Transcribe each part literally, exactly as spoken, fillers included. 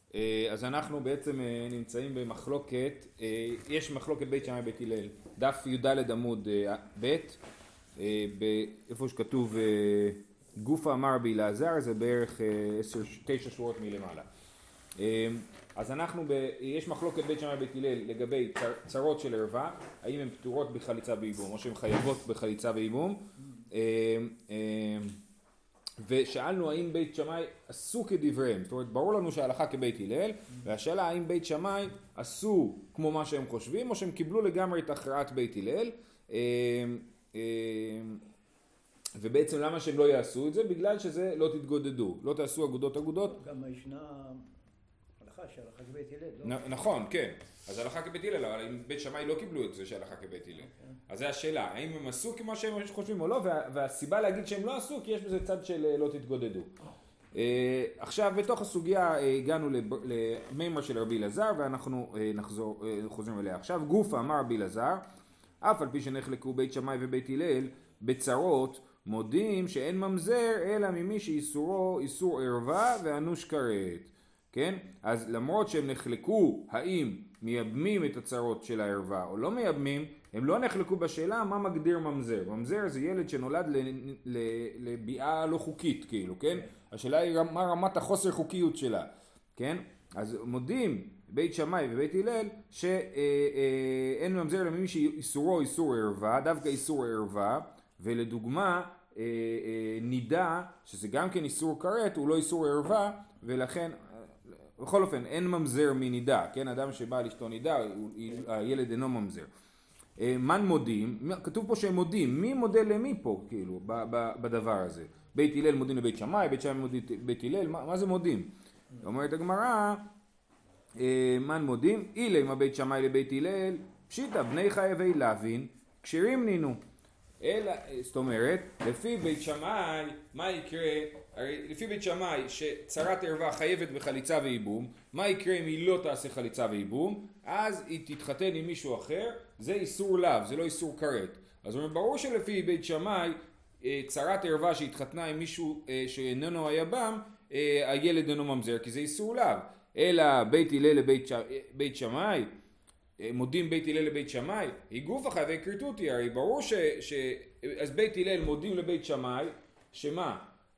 אז אנחנו בעצם נמצאים במחלוקת, יש מחלוקת בית שמאי בית הלל, דף י"ד עמוד ב', איפה שכתוב גופה אמר רבי אלעזר, זה בערך תשע שורות מלמעלה. אז אנחנו, ב, יש מחלוקת בית שמאי בית הלל לגבי צרות של ערווה, האם הן פטורות בחליצה וייבום או שהן חייבות בחליצה וייבום, ושאלנו האם בית שמאי עשו כדבריהם, זאת אומרת ברור לנו שההלכה כבית הלל, והשאלה האם בית שמאי עשו כמו מה שהם חושבים או שהם קיבלו לגמרי את הכרעת בית הלל, ובעצם למה שהם לא יעשו את זה? בגלל שזה לא תתגודדו, לא תעשו אגודות אגודות. גם ישנה הלכה שהלכה כבית הלל. נכון, כן. אז הלכה כבית הלל, אבל אם בית שמאי לא קיבלו את זה שהלכה כבית הלל. אז זה השאלה, האם הם עשו כמו שהם חושבים או לא, והסיבה להגיד שהם לא עשו, כי יש בזה צד של לא תתגודדו. עכשיו, בתוך הסוגיה הגענו למימר של רבי אלעזר, ואנחנו חוזרים אליה. עכשיו, גופה אמר רבי אלעזר, אף על פי שנחלקו בית שמאי ובית הלל, בצרות מודים שאין ממזר, אלא ממי שאיסורו איסור ערווה ואנוש כרת. כן? אז למרות שהם נחלקו האם מייבמים את הצרות של הערווה או לא מייבמים, הם לא נחלקו בשאלה מה מגדיר ממזר. ממזר זה ילד שנולד לביאה לא חוקית, כאילו, כן? השאלה היא מה רמת החוסר חוקיות שלה, כן? אז מודים בית שמאי ובית הלל שאין ממזר למי שאיסורו איסור ערווה, דווקא איסור ערווה, ולדוגמה נידה, שזה גם כן איסור כרת, הוא לא איסור ערווה, ולכן בכל אופן, אין ממזר מנידה, כן? אדם שבא לאשתו נידה, הילד אינו ממזר. מן מודים, כתוב פה שהם מודים, מי מודה למי פה, כאילו, בדבר הזה? בית הלל מודים לבית שמאי, בית שמאי מודים לבית הלל, מה, מה זה מודים? אומרת הגמרא, מן מודים, אילי מה בית שמאי לבית הלל, פשיטה, בני חייבי לוין, כשרים נינו. אלא, זאת אומרת, לפי בית שמאי, מה יקרה? הרי לפי בית שמאי שצרת ערווה חייבת בחליצה וייבום, מה יקרה אם היא לא תעשה חליצה וייבום? אז היא תתחתן עם מישהו אחר, זה איסור לאו, זה לא איסור כרת. אז אומר, ברור שלפי בית שמאי, צרת ערווה שהתחתנה עם מישהו שאיננו היבם, הילד אינו ממזר, כי זה איסור לאו. אלא בית הלל לבית שמאי, מודים בית הלל לבית שמאי, היא גופה חייבי כרתותי, הרי ברור ש... ש... אז בית הלל מודים לבית שמאי, שמה?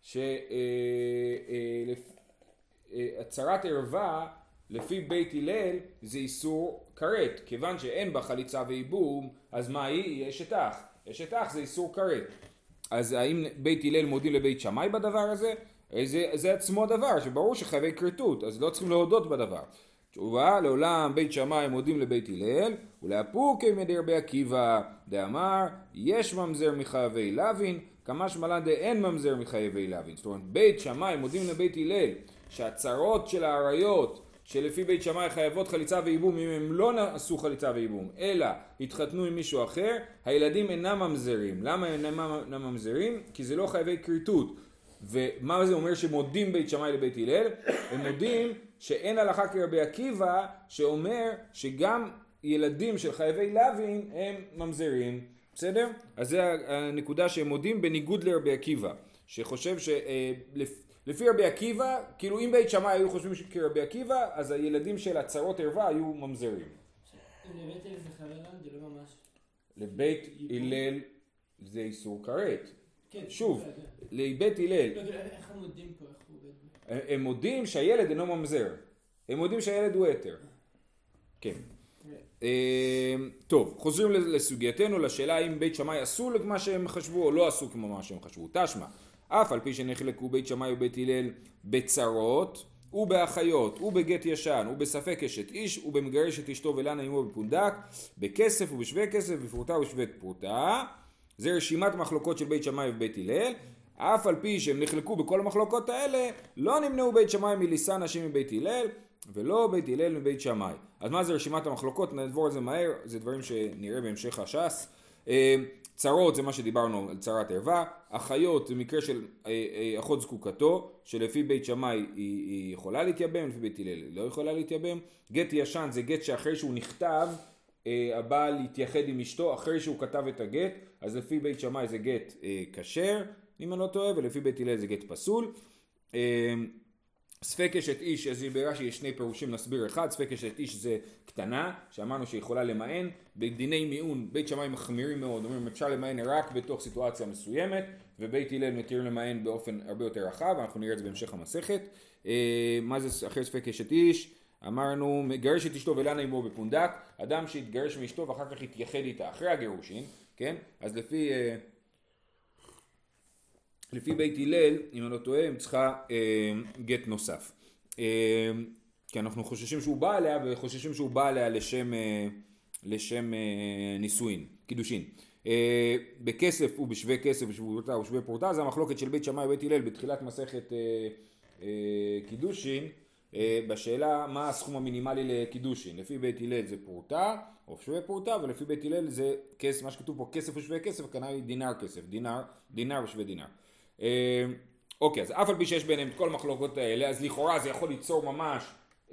שהצרת ערווה לפי בית הלל זה איסור כרת, כיוון שאין בה חליצה וייבום, אז מה היא? יש אתך, יש אתך זה איסור כרת. אז האם בית הלל מודים לבית שמאי בדבר הזה? זה, זה עצמו דבר שברור שחייבי כרתות, אז לא צריכים להודות בדבר. תשובה, לעולם בית שמאי מודים לבית הלל, ולהפוקי מדי רבי עקיבא דאמר, יש ממזר מחייבי לוין, כמה שמלן דאין ממזר מחייבי לוין. זאת אומרת, בית שמאי מודים לבית הלל, שהצרות של העריות, שלפי בית שמאי חייבות חליצה וייבום, אם הם לא עשו חליצה וייבום, אלא התחתנו עם מישהו אחר, הילדים אינם ממזרים. למה אינם ממזרים? כי זה לא חייבי כרתות. ומה זה אומר שמודים בית שמאי לבית הלל? הם מודים שאין הלכה כרבי עקיבא שאומר שגם ילדים של חייבי לוין הם ממזרים. בסדר? אז זה הנקודה שהם מודים בניגוד לרבי עקיבא, שחושב שלפי רבי עקיבא, כאילו אם בית שמאי היו חושבים כרבי עקיבא, אז הילדים של הצרות ערווה היו ממזרים. לבית הלל זה חללן, זה לא ממש. לבית הלל זה איסור כרת. כן, שוב, לבית הלל. איך הם מודים פה? איך הוא עובד? הם מודים שהילד אינו ממזר. הם מודים שהילד הוא יתר. כן. טוב, חוזרים לסוגייתנו, לשאלה האם בית שמאי עשו למה שהם חשבו או לא עשו כמו מה שהם חשבו. תשמע, אף על פי שנחלקו בית שמאי ובית הלל בצרות ובאחיות ובגט ישן ובספק אשת איש ובמגרש את אשתו ולנה אמו בפונדק, בכסף ובשווה כסף בפרוטה ובשווה פרוטה, זה רשימת מחלוקות של בית שמאי ובית הלל. אף על פי שהם נחלקו בכל המחלוקות האלה, לא נמנעו בית שמאי מלישא נשים מבית הלל ולא בית הלל מבית שמאי. אז מה זה רשימת המחלוקות? נעבור על זה מהר, זה דברים שנראה בהמשך הש"ס. צרות זה מה שדיברנו על צרת ערווה, אחיות זה מקרה של אחות זקוקתו, שלפי בית שמאי היא, היא יכולה להתייבם, לפי בית הלל היא לא יכולה להתייבם. גט ישן זה גט שאחרי שהוא נכתב, הבעל להתייחד עם אשתו אחרי שהוא כתב את הגט, אז לפי בית שמאי זה גט כשר, אם אני לא טועה, ולפי בית הלל זה גט פסול. ספק אשת איש, אז ברש"י יש שני פירושים, נסביר אחד. ספק אשת איש זה קטנה, שאמרנו שיכולה למען. בדיני מיעון, בית שמאי מחמירים מאוד, אומרים אפשר למען רק בתוך סיטואציה מסוימת, ובית הלל מתיר למען באופן הרבה יותר רחב, אנחנו נראה את זה בהמשך המסכת. מה זה אחרי ספק אשת איש? אמרנו, מגרש את אשתו ולנה עמו בפונדק, אדם שהתגרש מאשתו ואחר כך התייחד איתה אחרי הגירושין, כן? אז לפי, לפי בית הלל, אם אני לא טועה, הם צריכה גט נוסף. כי אנחנו חוששים שהוא בא עליה, וחוששים שהוא בא עליה לשם, לשם נישואין, קידושין. בכסף ובשווה כסף ושווה ושווה פורטה, זה המחלוקת של בית שמאי ובית הלל בתחילת מסכת קידושין, בשאלה מה הסכום המינימלי לקידושין. לפי בית הלל זה פורטה או שווה פורטה, ולפי בית הלל זה כסף, מה שכתוב פה כסף ושווה כסף, כנראה דינר כסף, דינר, דינר ושווה דינר. אוקיי, אז אף על פי שיש ביניהם את כל המחלוקות האלה, אז לכאורה זה יכול ליצור ממש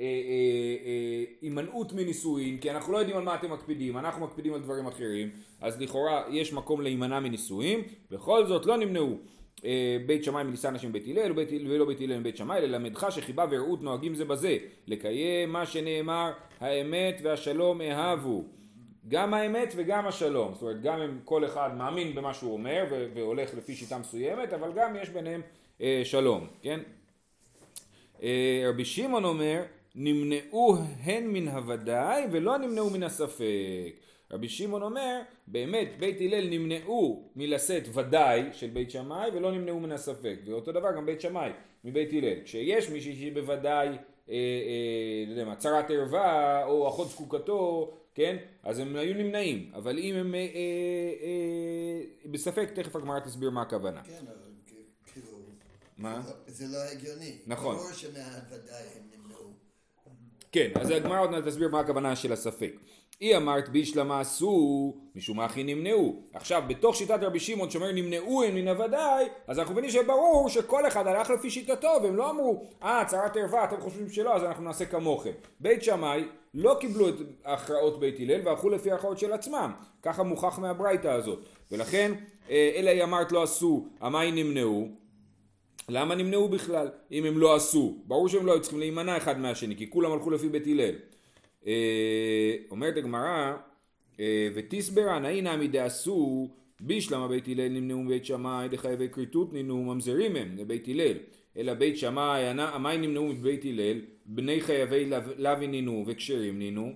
הימנעות מנישואין, כי אנחנו לא יודעים על מה אתם מקפידים, אנחנו מקפידים על דברים אחרים, אז לכאורה יש מקום להימנע מנישואין. בכל זאת לא נמנעו בית שמאי מנישא נשים בית הלל ולא בית הלל מבית שמאי, ללמדך שחיבה ורעות נוהגים זה בזה, לקיים מה שנאמר האמת והשלום אהבו. גם האמת וגם השלום, זאת אומרת גם אם כל אחד מאמין במה שהוא אומר והולך לפי שיטה מסוימת, אבל גם יש ביניהם שלום, כן? רבי שמעון אומר נמנעו הן מן הוודאי ולא נמנעו מן הספק. רבי שמעון אומר באמת בית הלל נמנעו מלשאת ודאי של בית שמאי ולא נמנעו מן הספק, ואותו דבר גם בית שמאי מבית הלל. כשיש מישהי שהיא בוודאי אה, אה, לא יודע מה, צרת ערווה או אחות זקוקתו, כן, אז הם היו נמנעים, אבל אם הם אה, אה, אה, בספק, תכף הגמרא תסביר מה הכוונה. כן, אבל כאילו מה? זה לא הגיוני. נכון. ברור שמהוודאי הם נמנעו. כן, אז הגמרא עוד תסביר מה הכוונה של הספק. היא אמרת בישלמה עשו, משום מה הכי נמנעו. עכשיו, בתוך שיטת רבי שמעון שאומר נמנעו הם מן הוודאי, אז אנחנו מבינים שברור שכל אחד הלך לפי שיטתו, והם לא אמרו, אה, צרת ערווה, אתם חושבים שלא, אז אנחנו נעשה כמוכם. בית שמאי לא קיבלו את הכרעות בית הלל, והלכו לפי הכרעות של עצמם. ככה מוכח מהברייתא הזאת. ולכן, אלא היא אמרת לא עשו, המים נמנעו. למה נמנעו בכלל? אם הם לא עשו. ברור שהם לא היו צריכים להימנע אחד מהשני, כי כולם הלכו לפי בית הלל. אומרת הגמרא, ותסברן האי נמי דעשו בישלמה בית הלל נמנעו מבית שמאי דחייבי כריתות נינו ממזרים הם לבית הלל, אלא בית שמאי המאי נמנעו מבית הלל בני חייבי לוי נינו וכשרים נינו.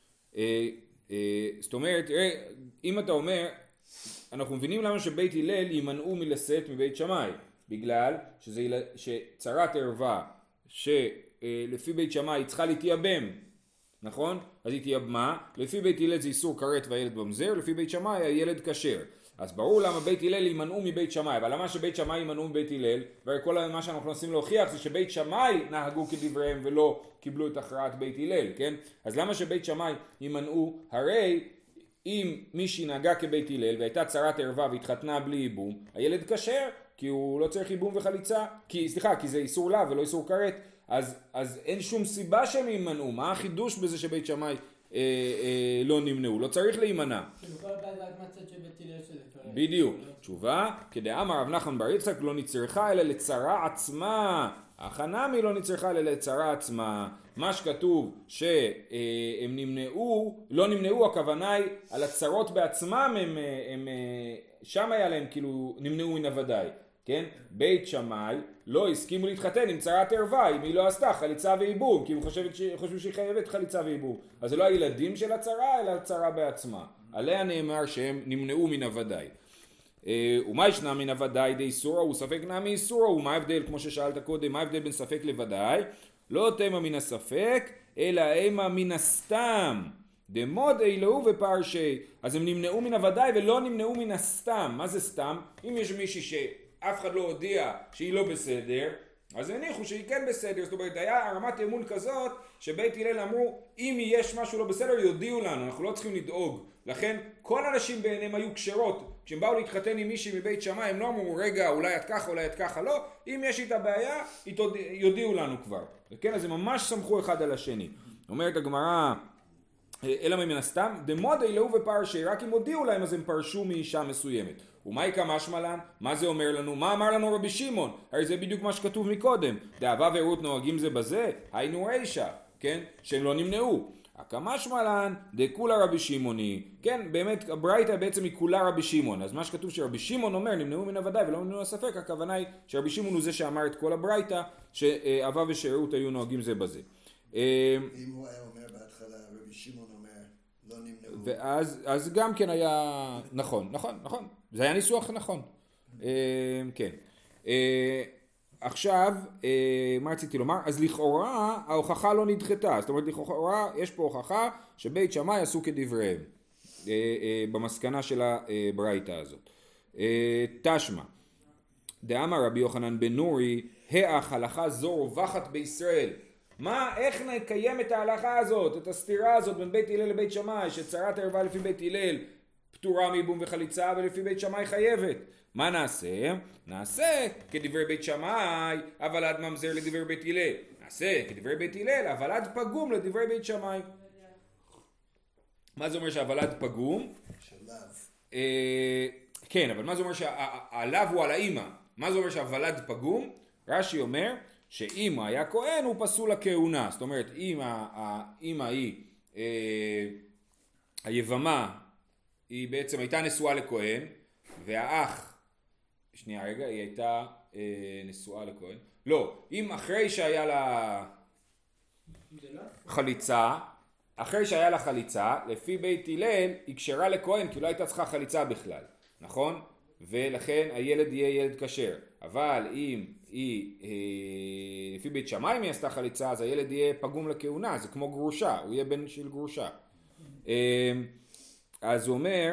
זאת אומרת, אם אתה אומר, אנחנו מבינים למה שבית הלל יימנעו מלשאת מבית שמאי, בגלל שזה, שצרת ערווה שלפי בית שמאי צריכה להתייבם, נכון? אז היא תייבמה, לפי בית הלל זה איסור כרת והילד במזר, לפי בית שמאי הילד כשר. אז ברור למה בית הלל יימנעו מבית שמאי, אבל למה שבית שמאי יימנעו מבית הלל? וכל מה שאנחנו מנסים להוכיח זה שבית שמאי נהגו כדבריהם ולא קיבלו את הכרעת בית הלל, כן? אז למה שבית שמאי יימנעו? הרי אם מישהי נהגה כבית הלל והייתה צרת ערווה והתחתנה בלי ייבום, הילד כשר, כי הוא לא צריך ייבום וחליצה, כי, סליחה, כי זה איסור לה ולא איסור כרת. אז, אז אין שום סיבה שהם יימנעו. מה החידוש בזה שבית שמאי אה, אה, לא נמנעו? לא צריך להימנע. כאילו כל פעם רק מצאת שבית הלל שזה כרת. בדיוק. תשובה, כדאמר רב נחמן בר יצחק לא נצרכה אלא לצרה עצמה. החנמי לא נצרכה אלא לצרה עצמה. מה שכתוב שהם נמנעו, לא נמנעו, הכוונה היא על הצרות בעצמם, הם, הם, שם היה להם כאילו נמנעו מן הוודאי. כן? בית שמאי לא הסכימו להתחתן עם צרת ערווה, אם היא לא עשתה חליצה וייבום, כי הם חושבים שהיא חייבת חליצה וייבום. אז זה לא הילדים של הצרה, אלא הצרה בעצמה. עליה נאמר שהם נמנעו מן הוודאי. ומה ישנה מן הוודאי די איסורה, הוא ספק נמי איסורה, ומה ההבדל, כמו ששאלת קודם, מה ההבדל בין ספק לוודאי? לא תמה מן הספק, אלא אימה מן הסתם. דמוד אילהו ופרשי. אז הם נמנעו מן הוודאי ולא נמנעו מן הסתם. מה זה סתם? אם יש מישהי ש... אף אחד לא הודיע שהיא לא בסדר, אז הניחו שהיא כן בסדר. זאת אומרת, היה רמת אמון כזאת שבית הלל אמרו, אם יש משהו לא בסדר יודיעו לנו, אנחנו לא צריכים לדאוג. לכן כל אנשים בעיניהם היו כשרות. כשהם באו להתחתן עם מישהי מבית שמאי, הם לא אמרו, רגע, אולי את ככה, אולי את ככה, לא. אם יש איתה בעיה, יודיעו לנו כבר. וכן, אז הם ממש סמכו אחד על השני. אומרת הגמרא, אלא מן הסתם, דמוד אילהו ופרשי, רק אם הודיעו להם אז הם פרשו מאישה מסוימת. ומה יקא משמע לן? מה זה אומר לנו? מה אמר לנו רבי שמעון? הרי זה בדיוק מה שכתוב מקודם. דאבה ורעות נוהגים זה בזה, היינו רישא, כן? שהם לא נמנעו. הקמשמע לן דכולה רבי שמעוני, כן, באמת הברייתא בעצם היא כולה רבי שמעון, אז מה שכתוב שרבי שמעון אומר נמנעו מן הוודאי ולא נמנעו הספק, הכוונה היא שרבי שמעון הוא זה שאמר את כל הברייתא, שאהבה ושרעות היו נוהגים זה בזה. אם הוא היה אומר בהתחלה, רבי שמעון אומר, לא נמנעו. ואז אז גם כן היה, נכון, נכון, נכון, זה היה ניסוח נכון, כן. עכשיו, מה רציתי לומר? אז לכאורה ההוכחה לא נדחתה, זאת אומרת לכאורה יש פה הוכחה שבית שמאי עשו כדבריהם במסקנה של הברייתא הזאת. תשמע, דאמר רבי יוחנן בן נורי, האח הלכה זו רווחת בישראל. מה, איך נקיים את ההלכה הזאת, את הסתירה הזאת בין בית הלל לבית שמאי, שצרת ערווה לפי בית הלל פטורה מייבום וחליצה ולפי בית שמאי חייבת? מה נעשה? נעשה כדברי בית שמאי, אבל עד ממזר לדברי בית הלל. נעשה כדברי בית הלל, אבל עד פגום לדברי בית שמאי. מה זה אומר שהוולד פגום? שלב. אה, כן, אבל מה זה אומר שהלב הוא על האמא? מה זה אומר שהוולד פגום? רש"י אומר שאם הוא היה כהן הוא פסול לכהונה. זאת אומרת, אם האמא היא, אה, היבמה, היא בעצם הייתה נשואה לכהן, והאח, שנייה רגע, היא הייתה אה, נשואה לכהן. לא, אם אחרי שהיה לה חליצה, אחרי שהיה לה חליצה, לפי בית הלל, היא קשרה לכהן, כי לא הייתה צריכה חליצה בכלל, נכון? ולכן הילד יהיה ילד כשר. אבל אם היא, אה, לפי בית שמאי אם היא עשתה חליצה, אז הילד יהיה פגום לכהונה, זה כמו גרושה, הוא יהיה בן של גרושה. אה, אז הוא אומר,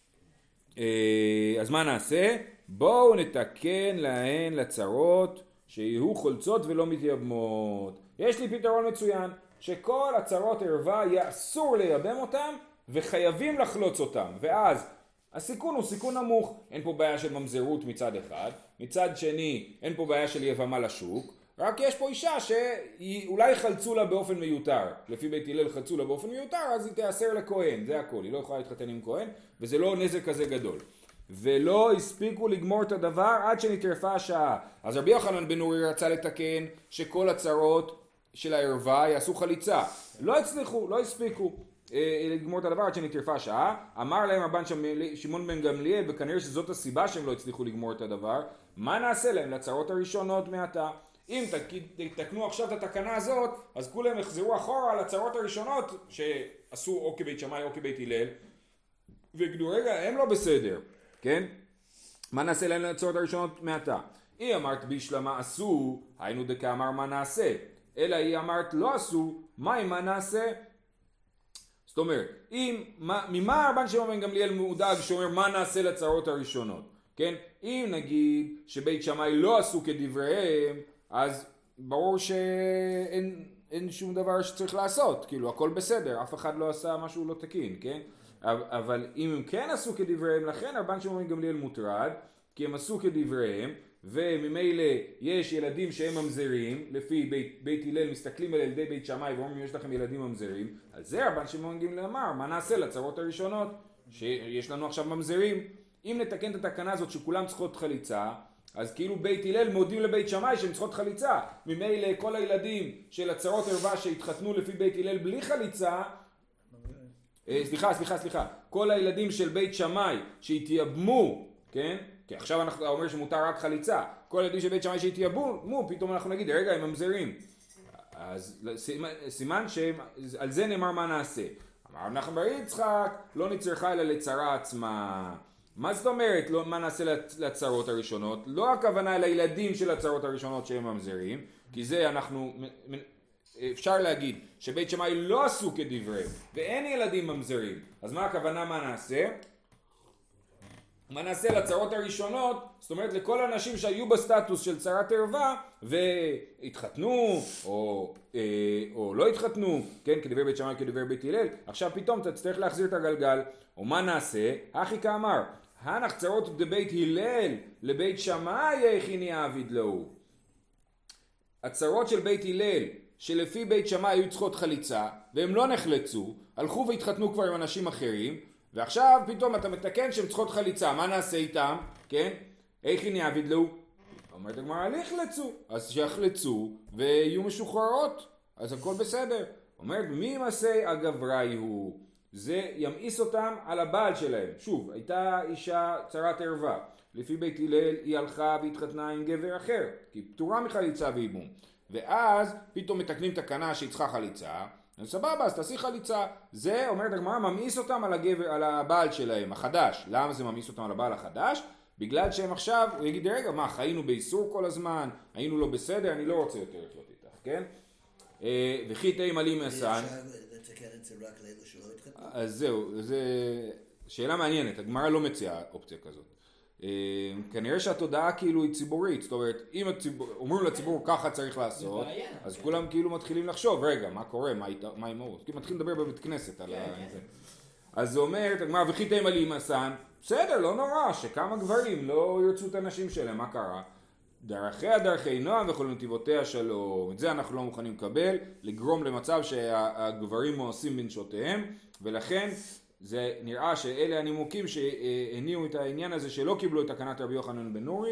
אז מה נעשה? בואו נתקן להן לצרות שיהיו חולצות ולא מתייבמות. יש לי פתרון מצוין, שכל הצרות ערווה יהיה אסור לייבם אותם וחייבים לחלוץ אותם, ואז הסיכון הוא סיכון נמוך. אין פה בעיה של ממזרות מצד אחד, מצד שני אין פה בעיה של יבמה לשוק, רק יש פה אישה שאולי חלצו לה באופן מיותר, לפי בית הלל חלצו לה באופן מיותר, אז היא תיאסר לכהן, זה הכל, היא לא יכולה להתחתן עם כהן, וזה לא נזק כזה גדול. ולא הספיקו לגמור את הדבר עד שנטרפה השעה. אז רבי יוחנן בן נורי רצה לתקן שכל הצרות של הערווה יעשו חליצה. לא הצליחו, לא הספיקו אה, לגמור את הדבר עד שנטרפה השעה. אמר להם רבן שמעון בן גמליאל, וכנראה שזאת הסיבה שהם לא הצליחו לגמור את הדבר, מה נעשה להם לצרות הראשונות מעתה? אם תתקנו עכשיו את התקנה הזאת, אז כולם יחזרו אחורה על הצרות הראשונות שעשו או כבית שמאי או כבית הלל, ויגידו רגע, הם לא בסדר, כן? מה נעשה להם לצרות הראשונות מעתה? היא אמרת בישלמה עשו, היינו דקאמר מה נעשה, אלא היא אמרת לא עשו, מה אם מה נעשה? זאת אומרת, אם, מה, ממה רבן שמעון בן גמליאל מודאג שאומר מה נעשה לצרות הראשונות? כן? אם נגיד שבית שמאי לא עשו כדבריהם, אז ברור שאין אין שום דבר שצריך לעשות, כאילו הכל בסדר, אף אחד לא עשה משהו לא תקין, כן? אבל אם הם כן עשו כדבריהם, לכן רבן שמעון בן גמליאל מוטרד, כי הם עשו כדבריהם, וממילא יש ילדים שהם ממזרים, לפי בית, בית הלל מסתכלים על ילדי בית שמאי ואומרים יש לכם ילדים ממזרים, על זה רבן שמעון בן גמליאל אמר, מה נעשה לצרות הראשונות, שיש לנו עכשיו ממזרים. אם נתקן את התקנה הזאת שכולם צריכות חליצה, אז כאילו בית הלל מודים לבית שמאי שהם צריכות חליצה, ממילא כל הילדים של הצרות ערווה שהתחתנו לפי בית הלל בלי חליצה, סליחה, סליחה, סליחה, כל הילדים של בית שמאי שהתייבמו, כן? כי עכשיו אנחנו אומר שמותר רק חליצה, כל הילדים של בית שמאי שהתייבמו, פתאום אנחנו נגיד, רגע, הם ממזרים. אז סימן שעל זה נאמר מה נעשה. אמר נחמן בר יצחק, לא נצרכה אלא לצרה עצמה. מה זאת אומרת, לא, מה נעשה לצרות הראשונות? לא הכוונה לילדים של הצרות הראשונות שהם ממזרים, כי זה אנחנו, אפשר להגיד שבית שמאי לא עשו כדבריהם, ואין ילדים ממזרים. אז מה הכוונה מה נעשה? מה נעשה לצרות הראשונות? זאת אומרת לכל האנשים שהיו בסטטוס של צרת ערווה והתחתנו או, אה, או לא התחתנו, כן, כדבר בית שמאי כדבר בית הלל, עכשיו פתאום אתה צריך להחזיר את הגלגל. או מה נעשה? אחי כאמר, הנח צרות דבית הלל לבית שמאי הכיני עביד לו. הצרות של בית הלל שלפי בית שמאי היו צריכות חליצה והם לא נחלצו, הלכו והתחתנו כבר עם אנשים אחרים, ועכשיו פתאום אתה מתקן שהן צריכות חליצה, מה נעשה איתם? כן? איך הנה יבידלו? אומרת הגמרא, יחלצו, אז שיחלצו ויהיו משוחררות, אז הכל בסדר. אומרת, מי מעשה הגבראי הוא? זה ימאיס אותם על הבעל שלהם. שוב, הייתה אישה צרת ערווה, לפי בית הלל היא הלכה והתחתנה עם גבר אחר, כי פטורה מחליצה וייבום. ואז פתאום מתקנים תקנה שהיא צריכה חליצה, אז סבבה, אז תעשי חליצה. זה, אומרת הגמרא, ממאיס אותם על הגבר, על הבעל שלהם, החדש. למה זה ממאיס אותם על הבעל החדש? בגלל שהם עכשיו, הוא יגיד, רגע, מה, חיינו באיסור כל הזמן, היינו לא בסדר, אני לא רוצה יותר לחיות איתך, כן? וכי תהי מלי מסן. אפשר לתקן את זה רק לאלו שלא התחתנו? אז זהו, זו שאלה מעניינת, הגמרא לא מציעה אופציה כזאת. כנראה שהתודעה כאילו היא ציבורית, זאת אומרת, אם אומרים לציבור ככה צריך לעשות, אז כולם כאילו מתחילים לחשוב, רגע, מה קורה, מה אימהות? כי מתחילים לדבר בבית כנסת על זה. אז זה אומרת, הגמרא, וכי תהי מלי מסן, בסדר, לא נורא, שכמה גברים לא ירצו את הנשים שלהם, מה קרה? דרכיה דרכי נועם וכל נתיבותיה שלום. את זה אנחנו לא מוכנים לקבל, לגרום למצב שהגברים מואסים בנשותיהם, ולכן זה נראה שאלה הנימוקים שהניעו את העניין הזה שלא קיבלו את תקנת רבי יוחנן בן נורי,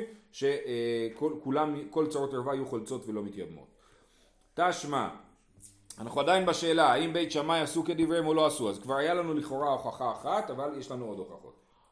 שכולם, כל צרות ערווה יהיו חולצות ולא מתייבמות. תשמע, אנחנו עדיין בשאלה, האם בית שמאי עשו כדבריהם או לא עשו, אז כבר היה לנו לכאורה הוכחה אחת, אבל יש לנו עוד הוכחות.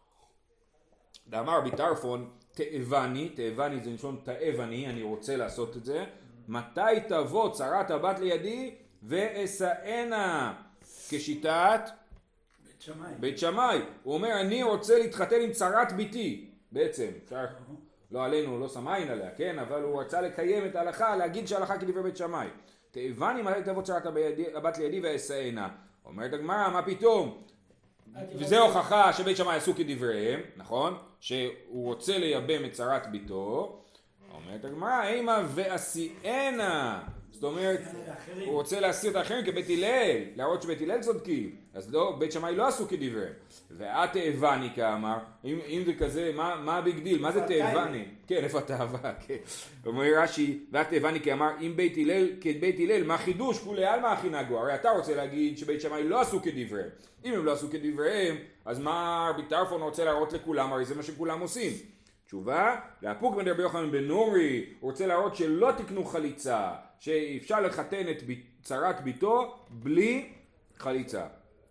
דאמר רבי טרפון, תאבני, תאבני זה נשון תאבני, אני רוצה לעשות את זה, מתי תבוא צרת הבת לידי ואסענה, כשיטת בית שמאי. בית שמאי. הוא אומר, אני רוצה להתחתן עם צרת ביתי, בעצם, אפשר, לא עלינו, לא שמיים עליה, כן, אבל הוא רצה לקיים את ההלכה, להגיד שההלכה כדברי בית שמאי. תאבני, מתי תבוא צרת הבת לידי ואסענה. אומרת הגמרא, מה פתאום? וזה הוכחה שבית שמאי עשו כדבריהם, נכון? שהוא רוצה לייבם את צרת ביתו. אומרת הגמרא, אימה ועשיענה. זאת אומרת, הוא רוצה להסיר את האחרים כבית הלל, להראות שבית הלל צודקים. אז לא, בית שמאי לא עשו כדבריהם. ואת תאבני כאמר, אם, אם זה כזה, מה, מה הביג דיל? מה זה תאבני? כן, איפה התאווה? כן. אומר רש"י, ואת תאבני כאמר, אם בית הלל, כבית הלל, מה חידוש? כולי עלמא הכי נהגו. הרי אתה רוצה להגיד שבית שמאי לא עשו כדבריהם. אם הם לא עשו כדבריהם, אז מה רבי טרפון רוצה להראות לכולם? הרי זה מה שכולם עושים. תשובה, להפוק בן רבי יוחנן בן נורי, הוא רוצה להראות שלא תקנו חליצה, שאפשר לחתן את צרת ביתו בלי חליצה.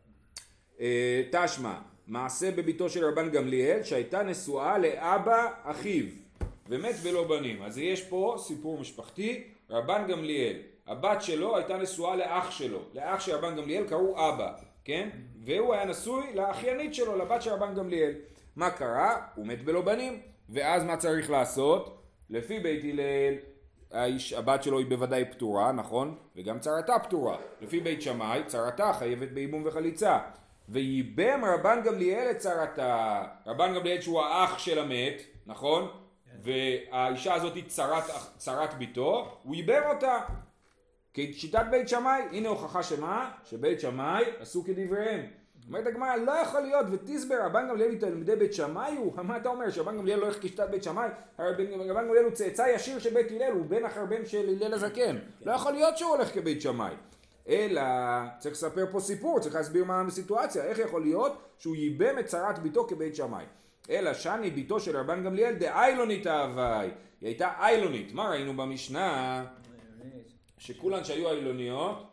תשמע, מעשה בביתו של רבן גמליאל שהייתה נשואה לאבא אחיו ומת ולא בנים. אז יש פה סיפור משפחתי, רבן גמליאל, הבת שלו הייתה נשואה לאח שלו, לאח של רבן גמליאל קראו אבא, כן? והוא היה נשוי לאחיינית שלו, לבת של רבן גמליאל. מה קרה? הוא מת בלא בנים. ואז מה צריך לעשות? לפי בית הלל, האיש, הבת שלו היא בוודאי פטורה, נכון? וגם צרתה פטורה. לפי בית שמאי, צרתה חייבת בייבום וחליצה. וייבם רבן גמליאל את צרתה. רבן גמליאל שהוא האח של המת, נכון? והאישה הזאת היא צרת, צרת ביתו, הוא ייבם אותה. כשיטת בית שמאי, הנה הוכחה שמה? שבית שמאי עשו כדבריהם. אומרת הגמרא, לא יכול להיות, ותסבר, רבן גמליאל מתלמידי בית שמאי הוא, מה אתה אומר, שרבן גמליאל לא הולך כשיטת בית שמאי? רבן גמליאל הוא צאצא ישיר של בית הלל, הוא בן אחר בן של הלל הזקן. לא יכול להיות שהוא הולך כבית שמאי. אלא, צריך לספר פה סיפור, צריך להסביר מה הסיטואציה, איך יכול להיות שהוא ייבם את צרת ביתו כבית שמאי. אלא שני ביתו של רבן גמליאל דאיילונית אהבי, היא הייתה איילונית. מה ראינו במשנה? שכולן שהיו איילוניות,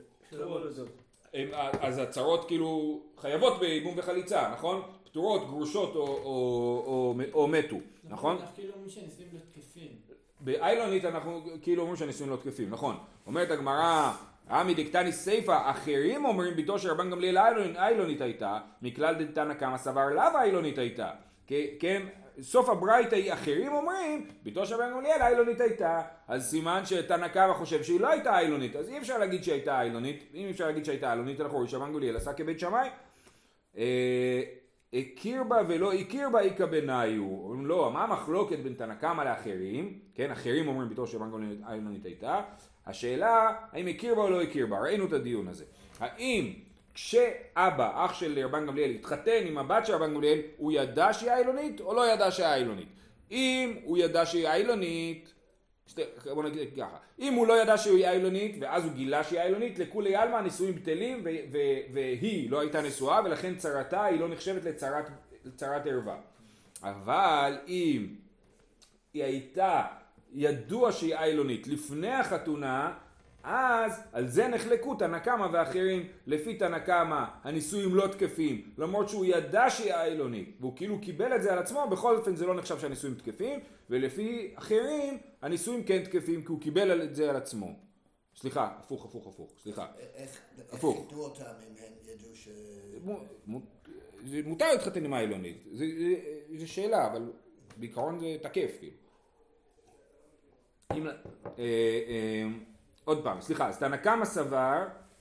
אז הצרות כאילו חייבות בייבום וחליצה, נכון? פטורות, גרושות או, או, או, או מתו, נכון? אנחנו כאילו אומרים שנישואים לא תקפים. באיילונית אנחנו כאילו אומרים שהנישואים לא תקפים, נכון? אומרת הגמרא, עמי דקתני סייפה, אחרים אומרים ביתו של רבן גמליאל איילונית הייתה, מכלל דתנא קמא סבר לאו איילונית הייתה. כן, סוף הברייתא היא אחרים אומרים, ביתו של רבן גמליאל איילונית הייתה, אז סימן שתנא קמא חושב שהיא לא הייתה איילונית, אז אי אפשר להגיד שהיא הייתה איילונית, אם אפשר להגיד שהייתה איילונית, אנחנו רואים שרבן גמליאל עשה כבית שמאי, הכיר בה ולא הכיר בה איכא בנאיו, אומרים לא, מה המחלוקת בין תנא קמא לאחרים, כן, אחרים אומרים ביתו של רבן גמליאל איילונית הייתה, השאלה האם הכיר בה או לא הכיר בה, ראינו את הדיון הזה, האם כשאבא, אח של רבן גמליאל, התחתן עם הבת של רבן גמליאל, הוא ידע שהיא איילונית או לא ידע שהיא איילונית? אם הוא ידע שהיא איילונית, שתי, בוא נגיד ככה, אם הוא לא ידע שהיא איילונית ואז הוא גילה שהיא איילונית, לכולי עלמא הנישואים בטלים ו- ו- והיא לא הייתה נשואה ולכן צרתה היא לא נחשבת לצרת, לצרת ערווה. אבל אם היא הייתה ידוע שהיא איילונית לפני החתונה, אז על זה נחלקו תנא קמא ואחרים. לפי תנא קמא הנישואים לא תקפים למרות שהוא ידע שהיא איילונית והוא כאילו קיבל את זה על עצמו, בכל אופן זה לא נחשב שהנישואים תקפים, ולפי אחרים הנישואים כן תקפים כי הוא קיבל את זה על עצמו. סליחה, הפוך, הפוך, הפוך, סליחה. איך הפוך. ידעו אותם אם הם ידעו ש... זה מותר להתחתן עם איילונית, זו שאלה, אבל בעיקרון זה תקף כאילו. אם... עוד פעם, סליחה, אז תנא קמא סבר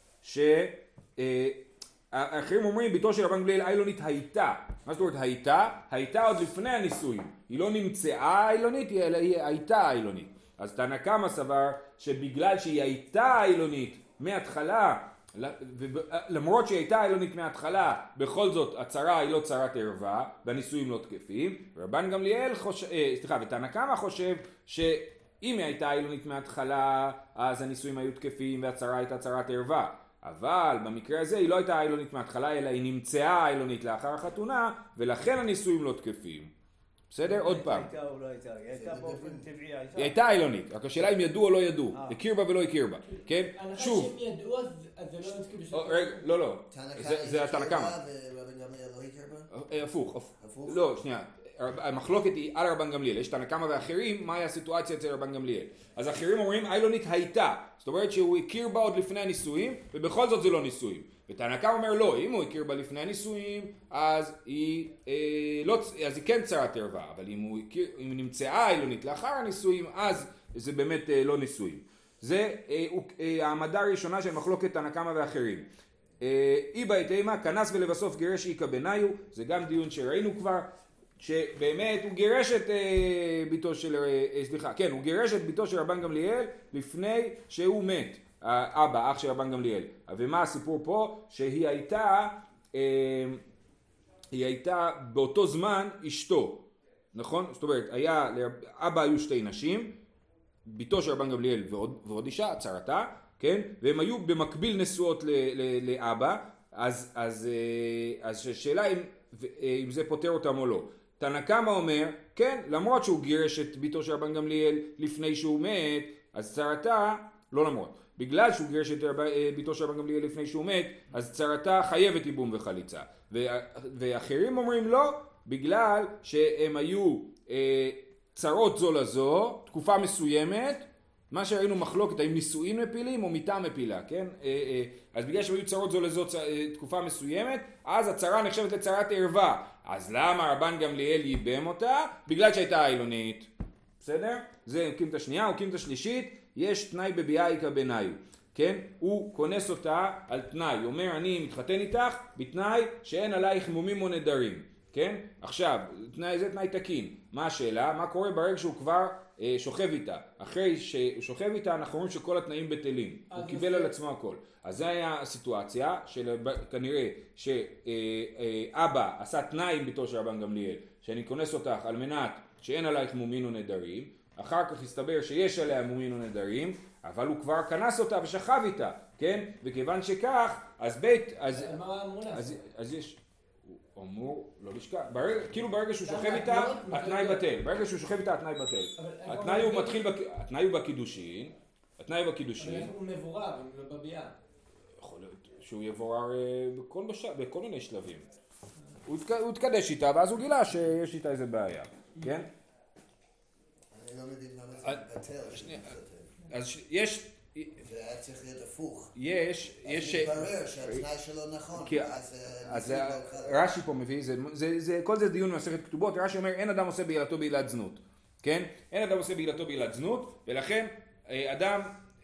שהאחרים אומרים ביתו של רבן גמליאל איילונית הייתה. מה זאת אומרת הייתה? הייתה עוד לפני הנישואים. היא לא נמצאה איילונית, אלא היא הייתה איילונית. אז תנא קמא סבר שבגלל שהיא הייתה איילונית מההתחלה, למרות שהיא הייתה איילונית מההתחלה, בכל זאת הצרה היא לא צרת ערווה, והנישואים לא תקפים. רבן גמליאל חושב, סליחה, ותנא קמא חושב ש... אם היא הייתה איילונית מההתחלה, אז הנישואים היו תקפים והצרה הייתה צרת ערווה. אבל במקרה הזה היא לא הייתה איילונית מההתחלה, אלא היא נמצאה איילונית לאחר החתונה, ולכן הנישואים לא תקפים. בסדר? עוד פעם. היא הייתה או לא הייתה? היא הייתה באופן טבעי, הייתה. היא הייתה איילונית, רק השאלה אם ידעו או לא ידעו. הכיר בה ולא הכיר בה. כן? שוב. שהם ידעו אז זה לא נזכיר בשביל... רגע, לא, לא. זה התנא קמא. ורבן גמליאל לא הכיר בה? הפוך. הפוך? לא, שנייה. המחלוקת היא על רבן גמליאל, יש תנא קמא ואחרים, מהי הסיטואציה אצל רבן גמליאל. אז האחרים אומרים איילונית הייתה, זאת אומרת שהוא הכיר בה עוד לפני הנישואים, ובכל זאת זה לא נישואים. ותנא קמא אומר לא, אם הוא הכיר בה לפני הנישואים, אז היא, אה, לא, אז היא כן צרת ערווה, אבל אם הוא הכיר, אם היא נמצאה איילונית לאחר הנישואים, אז זה באמת אה, לא נישואים. זה אה, אה, העמדה הראשונה של מחלוקת תנא קמא ואחרים. אי בית אימה, כנס ולבסוף גירש איקה בניו, זה גם דיון שראינו כבר, שבאמת הוא גירש את אה, ביתו של, אה, סליחה, כן, הוא גירש את ביתו של רבן גמליאל לפני שהוא מת, האבא, אח של רבן גמליאל. ומה הסיפור פה? שהיא הייתה, אה, היא הייתה באותו זמן אשתו, נכון? זאת אומרת, היה, לאבא היו שתי נשים, ביתו של רבן גמליאל ועוד, ועוד אישה, צרתה, כן? והם היו במקביל נשואות ל, ל, לאבא, אז, אז, אה, אז השאלה אם, אם זה פותר אותם או לא. תנא קמא אומר, כן, למרות שהוא גירש את ביתו של רבן גמליאל לפני שהוא מת, אז צרתה, לא למרות, בגלל שהוא גירש את ביתו של רבן גמליאל לפני שהוא מת, אז צרתה חייבת ייבום וחליצה. ואחרים אומרים לא, בגלל שהם היו אה, צרות זו לזו, תקופה מסוימת, מה שראינו מחלוקת, האם נישואין מפילים או מיתה מפילה, כן? אז בגלל שהיו צרות זו לזו תקופה מסוימת, אז הצרה נחשבת לצרת ערווה. אז למה רבן גמליאל ייבם אותה? בגלל שהייתה איילונית. בסדר? זה קימת השנייה, או קימת השלישית, יש תנאי בביאה איקה בניו. כן? הוא כונס אותה על תנאי. הוא אומר, אני מתחתן איתך בתנאי שאין עלייך מומים או נדרים. כן? עכשיו, תנאי, זה תנאי תקין. מה השאלה? מה קורה ברגע שהוא כבר אה, שוכב איתה? אחרי שהוא שוכב איתה, אנחנו רואים שכל התנאים בטלים. הוא קיבל על עצמו הכל. אז זה היה הסיטואציה של כנראה שאבא עשה תנאי עם ביתו של רבן גמליאל, שאני כונס אותך על מנת שאין עלייך מומין או נדרים. אחר כך הסתבר שיש עליה מומין או נדרים, אבל הוא כבר כנס אותה ושכב איתה, כן? וכיוון שכך, אז בית, אז, מה אמרו לה? אז, אז יש, הוא אמור לא לשכב, ברגע, כאילו ברגע שהוא שוכב איתה, התנאי בטל, ברגע שהוא שוכב איתה, התנאי בטל. התנאי הוא מתחיל, התנאי הוא בקידושין, התנאי הוא בקידושין. אבל הוא מבורר, הוא בביאה. יכול להיות שהוא יבורר בכל, בש... בכל מיני שלבים. הוא התקדש איתה, ואז הוא גילה שיש איתה איזה בעיה, כן? אני לא מבין למה זה בטל. אז יש... זה היה צריך להיות הפוך. יש, יש... אז מתברר שהתנאי שלו נכון. אז רש"י פה מביא, כל זה דיון במסכת כתובות, רש"י אומר אין אדם עושה בעילתו בעילת זנות, כן? אין אדם עושה בעילתו בעילת זנות, ולכן אדם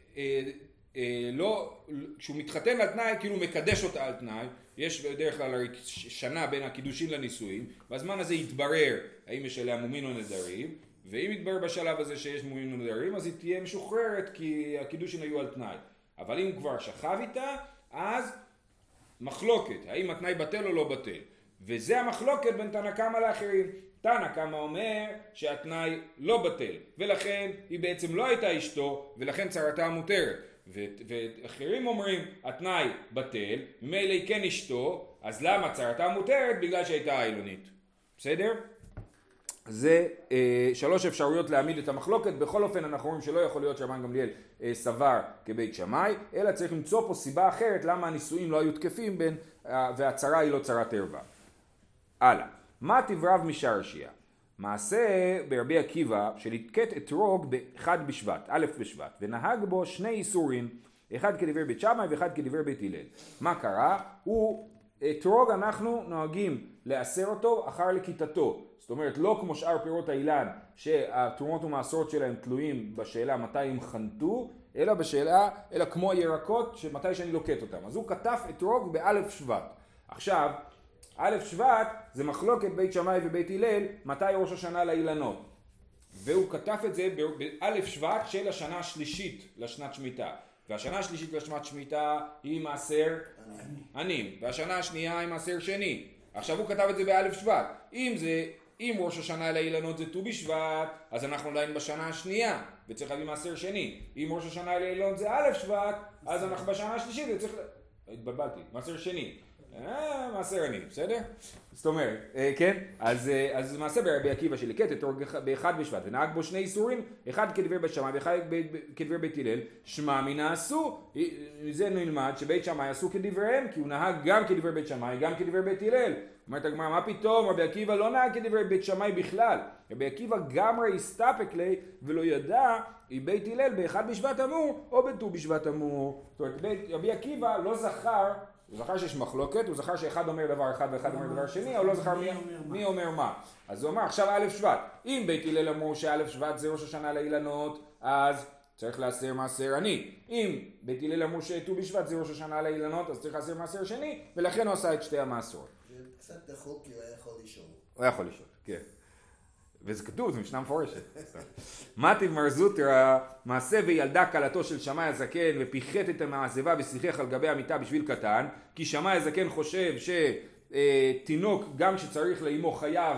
לא, כשהוא מתחתן על תנאי, כאילו מקדש אותה על תנאי, יש בדרך כלל שנה בין הקידושין לנישואים, בזמן הזה יתברר האם יש עליה מומין או נדרים, ואם יתברר בשלב הזה שיש מומין או נדרים, אז היא תהיה משוחררת כי הקידושין היו על תנאי. אבל אם הוא כבר שכב איתה, אז מחלוקת, האם התנאי בטל או לא בטל. וזה המחלוקת בין תנא קמא לאחרים. תנא קמא אומר שהתנאי לא בטל, ולכן היא בעצם לא הייתה אשתו, ולכן צרתה מותרת. ואחרים אומרים התנאי בטל, ממילא היא כן אשתו, אז למה צרתה מותרת? בגלל שהייתה אילונית. בסדר? זה אה, שלוש אפשרויות להעמיד את המחלוקת. בכל אופן אנחנו רואים שלא יכול להיות שרבן גמליאל אה, סבר כבית שמאי, אלא צריך למצוא פה סיבה אחרת למה הנישואים לא היו תקפים בין, אה, והצרה היא לא צרת ערווה. הלאה. מה תברב משרשיה? מעשה ברבי עקיבא שלתקט אתרוג באחד בשבט, א' בשבט, ונהג בו שני איסורים, אחד כדבר בית שמאי ואחד כדבר בית הלל. מה קרה? הוא, אתרוג אנחנו נוהגים לאסר אותו אחר לכיתתו. זאת אומרת, לא כמו שאר פירות האילן, שהתרומות ומעשרות שלהם תלויים בשאלה מתי הם חנתו, אלא בשאלה, אלא כמו הירקות, שמתי שאני לוקט אותם. אז הוא כתב אתרוג באלף שבט. עכשיו, א' שבט זה מחלוקת בית שמאי ובית הלל, מתי ראש השנה לאילנות. והוא כתב את זה באלף שבט של השנה השלישית לשנת שמיטה. והשנה השלישית לשנת שמיטה היא מעשר ענים, והשנה השנייה היא מעשר שני. עכשיו הוא כתב את זה באלף שבט. אם זה, אם ראש השנה לאילנות זה ט"ו בשבט, אז אנחנו עדיין בשנה השנייה, וצריך להביא מעשר שני. אם ראש השנה לאילנות זה א' שבט, אז אנחנו בשנה השלישית, וצריך... התבלבלתי, מעשר שני. אה, מעשר עני, בסדר? זאת אומרת, אה, כן? אז, אה, אז מעשה ברבי עקיבא שליקט אתרוג באחד בשבט, ונהג בו שני איסורים, אחד כדבר בית שמאי ואחד כדבר בית הלל, שמע מן עשו. מזה נלמד שבית שמאי עשו כדבריהם, כי הוא נהג גם כדבר בית שמאי, גם כדבר בית הלל. אומרת הגמרא, מה פתאום? רבי עקיבא לא נהג כדבר בית שמאי בכלל. רבי עקיבא גמרי הסתפק לי ולא ידע אם בית הלל באחד בשבט אמור או בט"ו בשבט אמור. זאת אומרת, רבי עקיבא לא זכר, הוא זכר שיש מחלוקת, הוא זכר שאחד אומר דבר אחד ואחד אומר דבר שני, אבל לא זכר מי, מי אומר מה. אז הוא אמר, עכשיו א' שבט, אם בית הלל אמרו שא' שבט זה ראש השנה לאילנות, אז צריך לאסר מעשר עני. אם בית הלל אמרו שט"ו בשבט זה ראש השנה לאילנות, אז צריך לאסר מעשר שני, ולכן הוא עשה את שתי המעשרות. זה קצת דחוק כי הוא היה יכול לישון. הוא היה יכול לישון, כן. וזה כתוב, זה משנה מפורשת. מטיב מר זוטרא, מעשה וילדה כלתו של שמאי הזקן ופיחת את המעזבה ושיחך על גבי המיטה בשביל קטן, כי שמאי הזקן חושב שתינוק גם שצריך לאמו חייב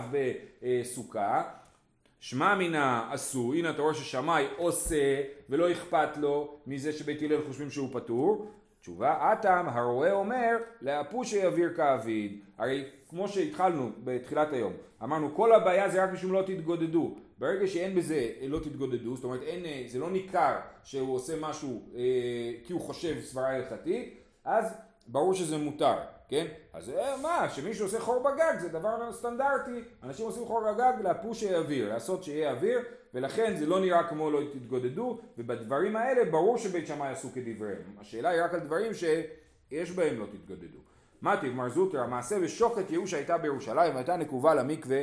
בסוכה, שמע מינה עשו, הנה אתה רואה ששמאי עושה ולא אכפת לו מזה שבית הלל חושבים שהוא פטור. תשובה, אתם הרואה אומר לאפו שיביר כאביד. הרי כמו שהתחלנו בתחילת היום, אמרנו כל הבעיה זה רק משום לא תתגודדו. ברגע שאין בזה לא תתגודדו, זאת אומרת אין, זה לא ניכר שהוא עושה משהו אה, כי הוא חושב סברה הלכתית, אז ברור שזה מותר, כן? אז אה, מה, שמישהו עושה חור בגג זה דבר סטנדרטי, אנשים עושים חור בגג לאפו שיביר, לעשות שיהיה אוויר, ולכן זה לא נראה כמו לא תתגודדו, ובדברים האלה ברור שבית שמאי עשו כדבריהם. השאלה היא רק על דברים שיש בהם לא תתגודדו. מטיב מר זוטרא, מעשה ושוקת ייאוש הייתה בירושלים, והייתה נקובה למקווה,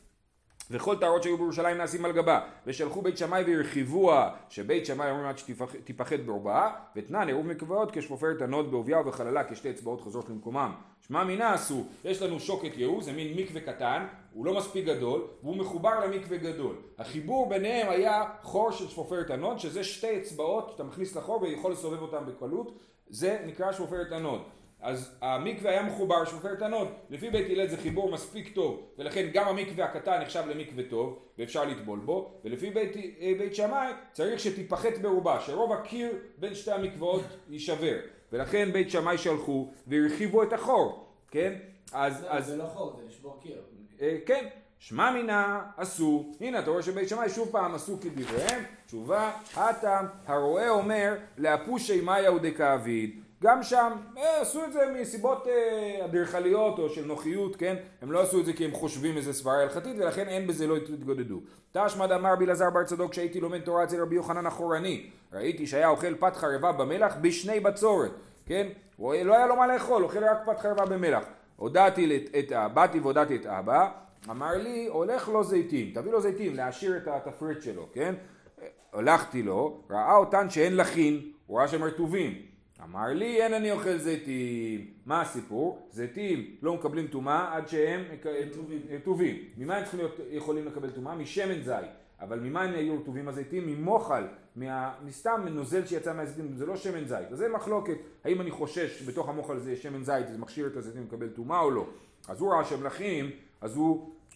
וכל טהרות שהיו בירושלים נעשים על גבה, ושלחו בית שמאי והרחיבוה, שבית שמאי אומרים עד שתיפחת ברבעה, ותנן עירוב מקוואות כשפופרת הנוד בעוביה ובחללה כשתי אצבעות חוזרות למקומם. שמע מינה עשו, יש לנו שוקת ייאוש, זה מין מקווה קטן, הוא לא מספיק גדול, והוא מחובר למקווה גדול. החיבור ביניהם היה חור של שפופרת הנוד, שזה שתי אצבעות שאתה מכניס לחור ויכול לסובב אותם בקלות, זה נקרא שפופרת הנוד. אז המקווה היה מחובר שפופרת הנוד, לפי בית הלל זה חיבור מספיק טוב, ולכן גם המקווה הקטן נחשב למקווה טוב, ואפשר לטבול בו, ולפי בית, בית שמאי צריך שתיפחת ברובה, שרוב הקיר בין שתי המקוואות יישבר, ולכן בית שמאי שלחו והרחיבו את החור, כן? אז, זה, אז, זה לא חור, זה לשבור קיר. אה, כן, שמע מינה עשו, הנה אתה רואה שבית שמאי שוב פעם עשו כדבריהם, תשובה, הטעם, הרואה אומר, לאפושי מאיה ודקאביד, גם שם אה, עשו את זה מסיבות אה, אדריכליות או של נוחיות, כן? הם לא עשו את זה כי הם חושבים איזה סברה הלכתית, ולכן אין בזה לא התגודדו. תשמד אמר בלעזר בר צדוק שהייתי לומד תורה אצל רבי יוחנן החורני, ראיתי שהיה אוכל פת חרבה במלח בשני בצורת, כן? הוא לא היה לו מה לאכול, אוכל רק פת חרבה במלח. הודעתי את, את באתי והודעתי את אבא, אמר לי הולך לו זיתים, תביא לו זיתים להשאיר את התפריט שלו, כן? הולכתי לו, ראה אותן שאין לכין, הוא ראה שהם רטובים. אמר לי אין אני אוכל זיתים. מה הסיפור? זיתים לא מקבלים טומאה עד שהם רטובים. ממה הם צריכים להיות יכולים לקבל טומאה? משמן זית. אבל ממה הם היו רטובים הזיתים? ממוחל, מסתם נוזל שיצא מהזיתים, זה לא שמן זית. אז זה מחלוקת, האם אני חושש שבתוך המוחל זה שמן זית, זה מכשיר את הזיתים לקבל טומאה או לא. אז הוא ראה שהם לחים, אז הוא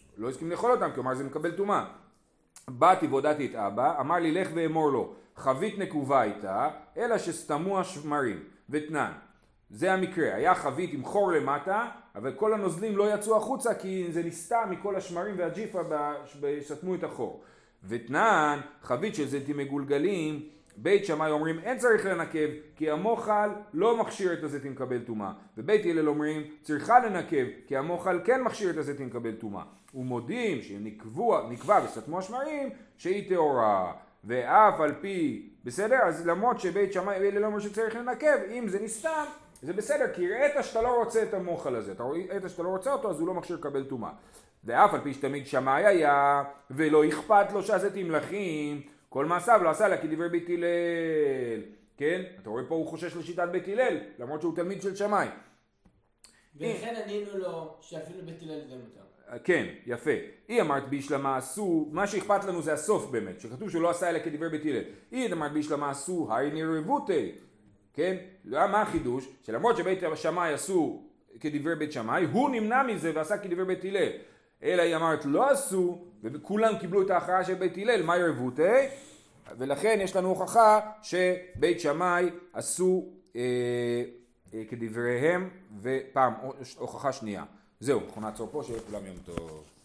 לא הסכים לאכול אותם, כלומר זה מקבל טומאה. באתי והודעתי את אבא, אמר לי לך ואמור לו, חבית נקובה איתה, אלא שסתמו השמרים, ותנן. זה המקרה, היה חבית עם חור למטה, אבל כל הנוזלים לא יצאו החוצה כי זה נסתם מכל השמרים והג'יפה שסתמו את החור. ותנן, חבית של זיתים מגולגלים, בית שמאי אומרים אין צריך לנקב כי המוחל לא מכשיר את הזיתים לקבל טומאה, ובית הלל אומרים צריכה לנקב כי המוחל כן מכשיר את הזיתים לקבל טומאה, ומודים שהם נקבו, נקבע וסתמו השמרים שהיא טהורה, ואף על פי בסדר, אז למרות שבית שמאי והלל אומר שצריך לנקב, אם זה נסתם זה בסדר, כי ראית שאתה לא רוצה את המוחל הזה, אתה ראית שאתה לא רוצה אותו אז הוא לא מכשיר לקבל טומאה. ואף על פי שתמיד שמאי היה ולא אכפת לו שהזיתים לחים, כל מעשיו לא עשה לה כדברי בית הלל, כן? אתה רואה פה הוא חושש לשיטת בית הלל, למרות שהוא תלמיד של שמאי. ולכן ענינו לו שאפילו בית הלל זה מותר. כן, יפה. היא אמרת בישלמה עשו, מה שאכפת לנו זה הסוף באמת, שכתוב שהוא לא עשה אלא כדברי בית הלל. היא אמרת בישלמה עשו, היי נרבותי, כן? מה החידוש? שלמרות שבית שמאי עשו כדברי בית שמאי, הוא נמנע מזה ועשה כדברי בית הלל. אלא היא אמרת לא עשו, וכולם קיבלו את ההכרעה של בית הלל, מה ירבותי? ולכן יש לנו הוכחה שבית שמאי עשו אה, אה, כדבריהם, ופעם הוכחה שנייה. זהו, אנחנו נעצור פה, שיהיה כולם יום טוב.